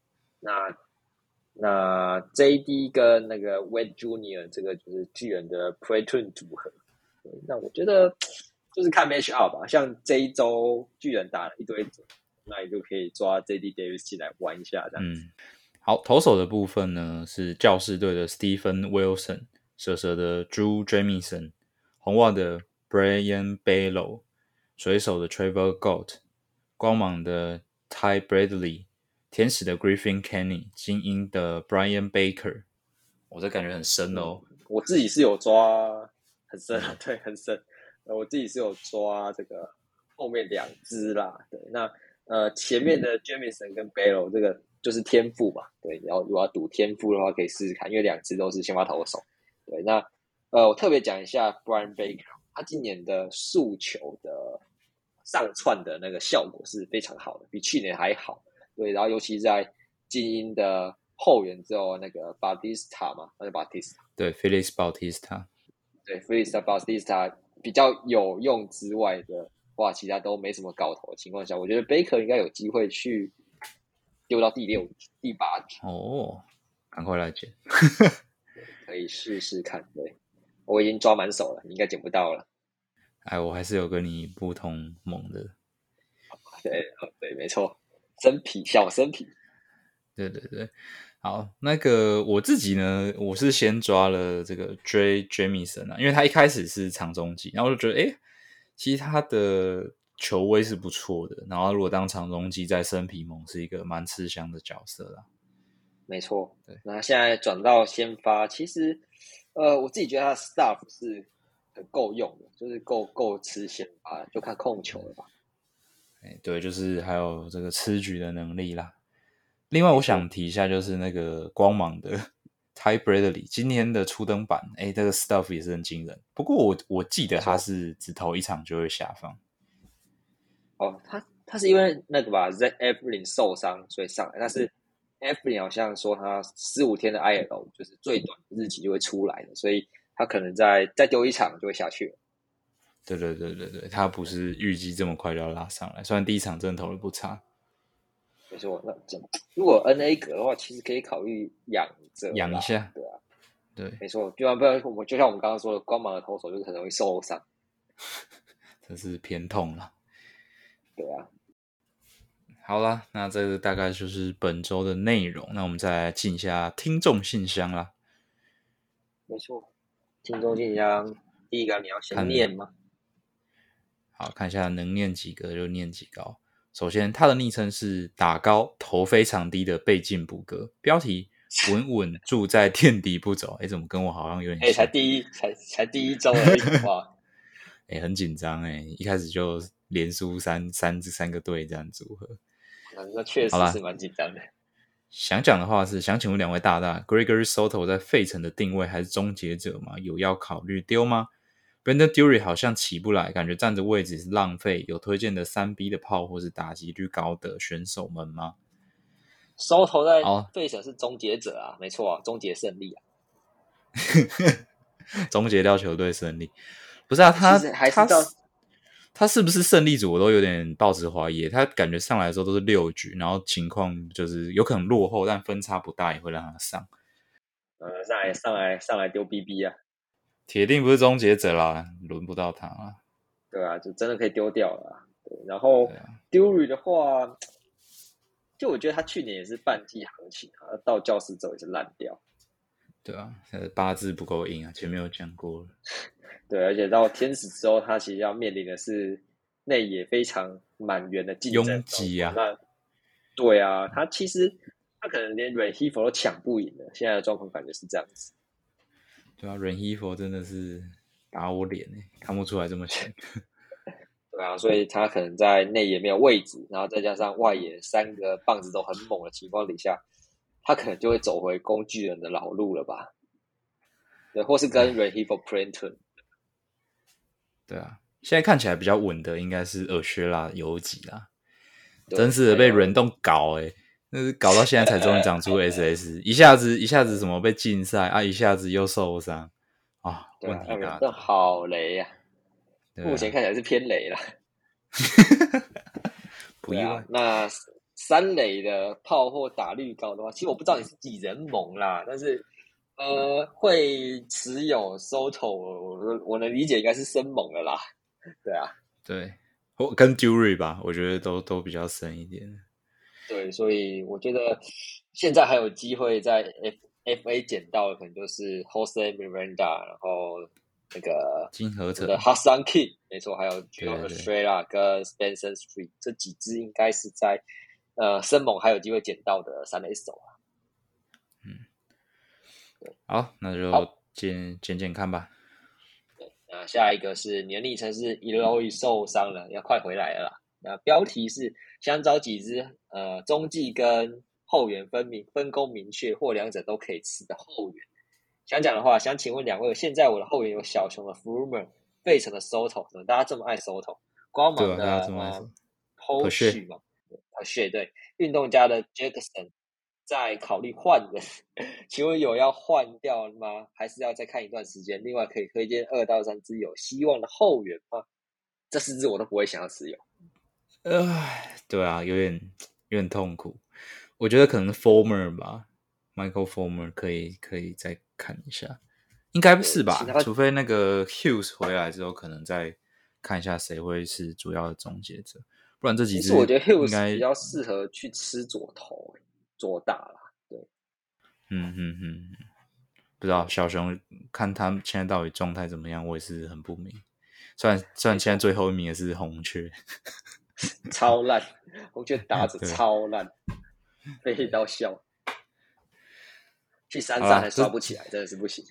那 JD 跟那个 Wade Jr. 这个就是巨人的 Platoon 组合。对，那我觉得就是看 match up 吧，像这一周巨人打了一堆组，那你就可以抓 JD Davis 起来玩一下这样子。 好，投手的部分呢是教士队的 Stephen Wilson， 蛇的 Drew Jamison， 红袜的 Brian Bello， 水手的 Trevor Gott， 光芒的 Ty Bradley， 天使的 Griffin Canning， 精英的 Brian Baker。 我这感觉很深哦。 我自己是有抓很深啊，对，很深。我自己是有抓这个后面2支啦，对，那前面的 Jamison 跟 Bello 这个就是天赋嘛，对，如果要赌天赋的话，可以试试看，因为2支都是先发投手。对，那我特别讲一下 Brian Baker， 他今年的速球的上窜的那个效果是非常好的，比去年还好。对，然后尤其在精英的后援之后，那个 Bautista 嘛，那就 Bautista， 对 Felix Bautista， 对 Felix Bautista 比较有用之外的话，其他都没什么搞头的情况下，我觉得 Baker 应该有机会去丢到第6、第8局。 赶快来捡。 可以试试看。对， 我已经抓满手了，你应该捡不到了。 哎，我还是有跟你不同猛的。 对对，没错，生皮小生皮。 对对对，好，那个我自己呢，我是先抓了这个 Jamison 啊，因为他一开始是长中继，然后我就觉得，其实他的球威是不错的，然后如果当长中继在生皮盟是一个蛮吃香的角色啦。 没错， 对， 那现在转到先发，其实我自己觉得他的 staff 是很够用的，就是够吃先发，就看控球了吧。 对，就是还有这个吃局的能力啦。另外，我没错， 想提一下，就是那个光芒的 Ty Bradley 今天的初登板，这个 stuff 也是很惊人。不过我记得他没错。 是只投一场就会下放。 哦，他是因为那个吧，Z Evelyn 受伤所以上来，但是 Evelyn 好像说他15天的 IL 就是最短的日期就会出来的，所以他可能再丢一场就会下去了。 对对对对对，他不是预计这么快就要拉上来，虽然第一场真的投的不差， 没错，那如果 NA 格的话，其实可以考虑养着啦， 养一下。 对啊， 对， 没错，就像我们刚刚说的，光芒的投手就是很容易受伤， 这是偏痛了。 对啊， 好啦，那这个大概就是本周的内容，那我们再来进一下听众信箱啦。 没错。听众信箱，第一个你要先看念吗？ 好，看一下能念几个就念几个哦。首先，他的昵称是打高头非常低的背进补哥，标题稳稳住在垫底不走。怎么跟我好像有点才像？ 才第一周而已，哇， 很紧张一开始就连输三个队这样组合。 那确好啦， 实是蛮紧张的。 想讲的话是想请问两位大大，Gregory Soto 在费城的定位还是终结者吗？有要考虑丢吗？Brandon Dury 好像起不来，感觉站着位置是浪费。有推荐的3B 的炮或是打击率高的选手们吗？ 收头在好， 费城是终结者啊，没错啊，终结胜利啊。 终结掉球队胜利，不是啊？ 其实还是到他是不是胜利组？我都有点抱持怀疑。他感觉上来的时候都是6局，然后情况就是有可能落后，但分差不大，也会让他上。 上来丢 BB 啊， 铁定不是终结者啦，轮不到他啦。 对啊，就真的可以丢掉了啊。对，然后对啊， 丢 u 的话，就我觉得他去年也是半季行情啊，到教室之后也是烂掉。 对啊，八字不够硬啊，前面有讲过了。 对，而且到天使之后，他其实要面临的是内野非常满员的竞争拥挤啊， 那对啊，他可能连 Ray Heath 都抢不赢了，现在的状况感觉是这样子。 对啊，忍一佛真的是打我脸看不出来这么强。 对啊，所以他可能在内野没有位置，然后再加上外野3个棒子都很猛的情况底下，他可能就会走回工具人的老路了吧？对，或是跟 Ray Heath Printon。 对啊，现在看起来比较稳的应该是尔薛拉游击啦，真对， 是的被人动搞那是搞到现在才终于长出 SS，一下子什么被禁赛啊，一下子又受伤啊， 对啊， 问题大这多。 好雷啊！ 对啊， 目前看起来是偏雷啦。对啊， 不意外。 那三垒的炮或打率高的话，其实我不知道你是几人盟啦，但是会持有 Soto，我能理解应该是生猛了啦。对啊， 对，我跟 Dury 吧，我觉得都比较深一点。 对，所以我觉得现在还有机会在 FA 捡到的，可能就是 Jose Miranda，然后那个金合成， 我们的 Hassan King，没错，还有 Gio 对对对， Estrella 跟 Spencer Street 这几支应该是在生猛还有机会捡到的3垒手啊。 好，那就好， 捡看吧。 那下一个是你的昵称是 Eloy 受伤了，要快回来了啦。那标题是想找几支中继跟后援分工明确或两者都可以吃的后援。想讲的话，想请问两位，现在我的后援有小熊的 Frumer、费城的 Soto，怎么大家这么爱 Soto？光芒对啊，大家的这么爱说 Porsche Porsche， 嘛，Porsche 对，运动家的 Jackson 在考虑换人，请问有要换掉吗？还是要再看一段时间？另外，可以推荐2到3支有希望的后援吗？这4支我都不会想要持有。 对啊，有点痛苦。我觉得可能 Former 吧，Michael Former 可以再看一下。 应该是吧？ 其他除非那个 Hughes 回来之后，可能再看一下谁会是主要的终结者，不然这几支其实我觉得应 Hughes 比该， 较适合去吃左投，左打啦。对不知道对， 小熊看他现在到底状态怎么样，我也是很不明。虽然现在没错， 最后一名也是红雀， 超烂，红雀打者对， 超烂，废到笑。去山好啦， 上还刷不起来，真的是不行。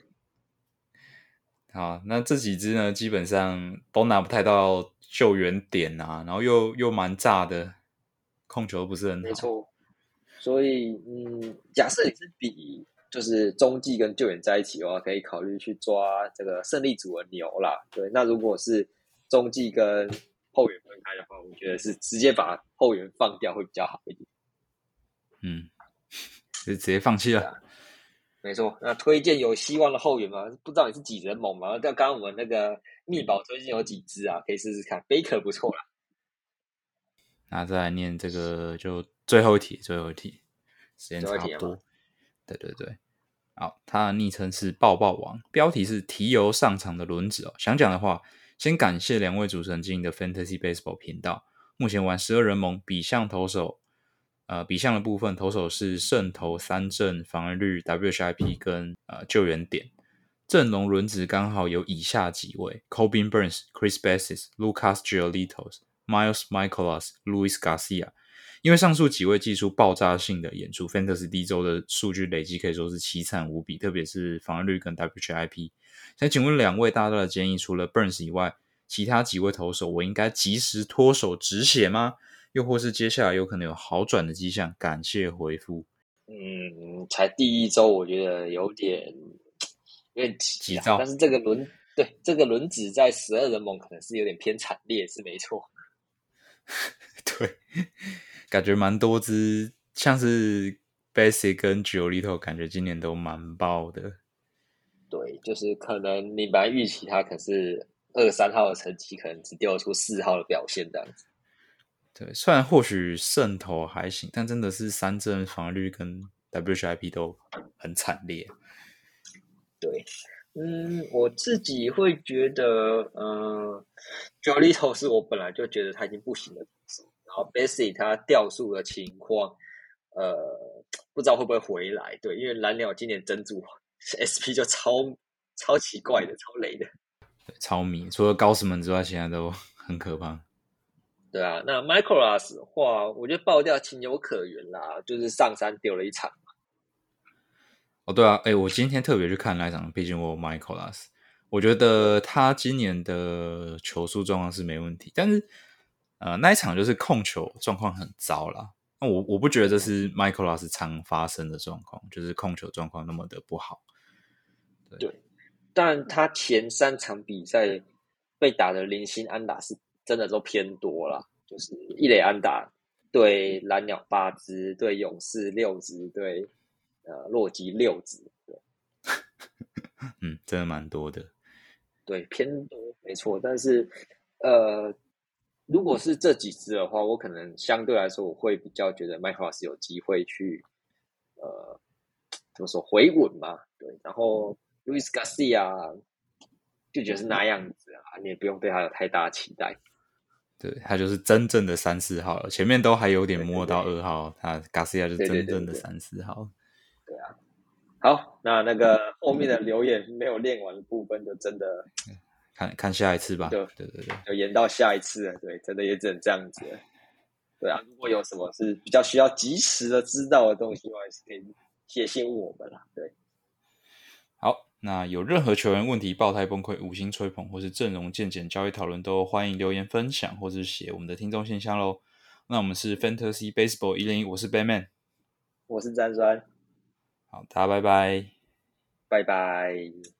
好，那这几支呢，基本上都拿不太到救援点啊，然后又蛮炸的，控球不是很好。 没错，所以假设你是比就是中继跟救援在一起的话，可以考虑去抓这个胜利组的牛啦。对，那如果是中继跟后援分开的话，我觉得是直接把后援放掉会比较好一点。 嗯，就直接放弃了。 对啊，没错。那推荐有希望的后援嘛？不知道你是几人猛嘛？刚刚我们那个密宝推荐有几支啊？可以试试看。Baker 不错啦。 那再来念这个，就最后一题，时间最后一题了吗？ 差不多。对对对，好，他的昵称是抱抱王，标题是提油上场的轮子哦。想讲的话，先感谢两位主持人经营的 Fantasy Baseball 频道。目前玩12人盟，比项投手，比项的部分，投手是胜投3振、防御率、WHIP 跟救援点。阵容轮值刚好有以下几位：Corbin Burns、Chris Bassitt、Lucas Giolito、Miles Mikolas、Luis Garcia。因为上述几位技术爆炸性的演出 ，Fantasy 第一周的数据累积可以说是凄惨无比，特别是防御率跟 WHIP。想请问两位大大的建议，除了 Burns 以外，其他几位投手我应该及时脱手止血吗？又或是接下来有可能有好转的迹象？感谢回复。 才第一周，我觉得有点急啦。但急躁， 是这个轮子在12人盟可能是有点偏惨烈，是没错。 对，感觉蛮多支，像是 Basic 跟 Giolito，感觉今年都蛮爆的。 对，就是可能你本来预期他可是2、3号的成绩，可能只丢出4号的表现这样子。 对，虽然或许胜投还行，但真的是三振防御率跟 WHIP 都很惨烈。 对，我自己会觉得，Jolito 是我本来就觉得他已经不行的投手，然后 Basic 他掉速的情况，不知道会不会回来。对，因为蓝鸟今年整组 SP 就超奇怪的，超雷的。 对，超迷，除了高斯门之外，其他都很可怕。 对啊，那 Michaelas 的话，我觉得爆掉情有可原啦，就是上山丢了一场。 哦，对啊，我今天特别去看那一场，毕竟我有 Michaelas，我觉得他今年的球速状况是没问题，但是那一场就是控球状况很糟啦。那我不觉得这是 Michaelas 常发生的状况，就是控球状况那么的不好。对， 对，但他前3场比赛被打的零星安打是真的都偏多啦，就是一垒安打对蓝鸟8支，对勇士6支，对洛基6支，对真的蛮多的。 对偏多没错。但是呃，如果是这几支的话，我可能相对来说我会比较觉得麦克老师有机会去呃怎么说回稳嘛，对，然后 Luis Garcia 就觉得是那样子啊，你也不用对他有太大的期待。 对，他就是真正的3、4号了，前面都还有点对对摸到2号，他 Garcia 就是对对真正的对对对 3、4号。 对啊！好，那个后面的留言没有练完的部分，就真的看看下一次吧。 就对对对， 就延到下一次了。对，真的也只能这样子了。对啊，如果有什么是比较需要及时的知道的东西，我还是可以写信问我们啦。对， 好，那有任何球员问题、爆胎崩溃、五星吹捧或是阵容见解、交易讨论，都欢迎留言分享，或是写我们的听众信箱喽。那我们是 Fantasy Baseball 101，我是 Batman， 我是詹酸， 好，大家拜拜。 拜拜。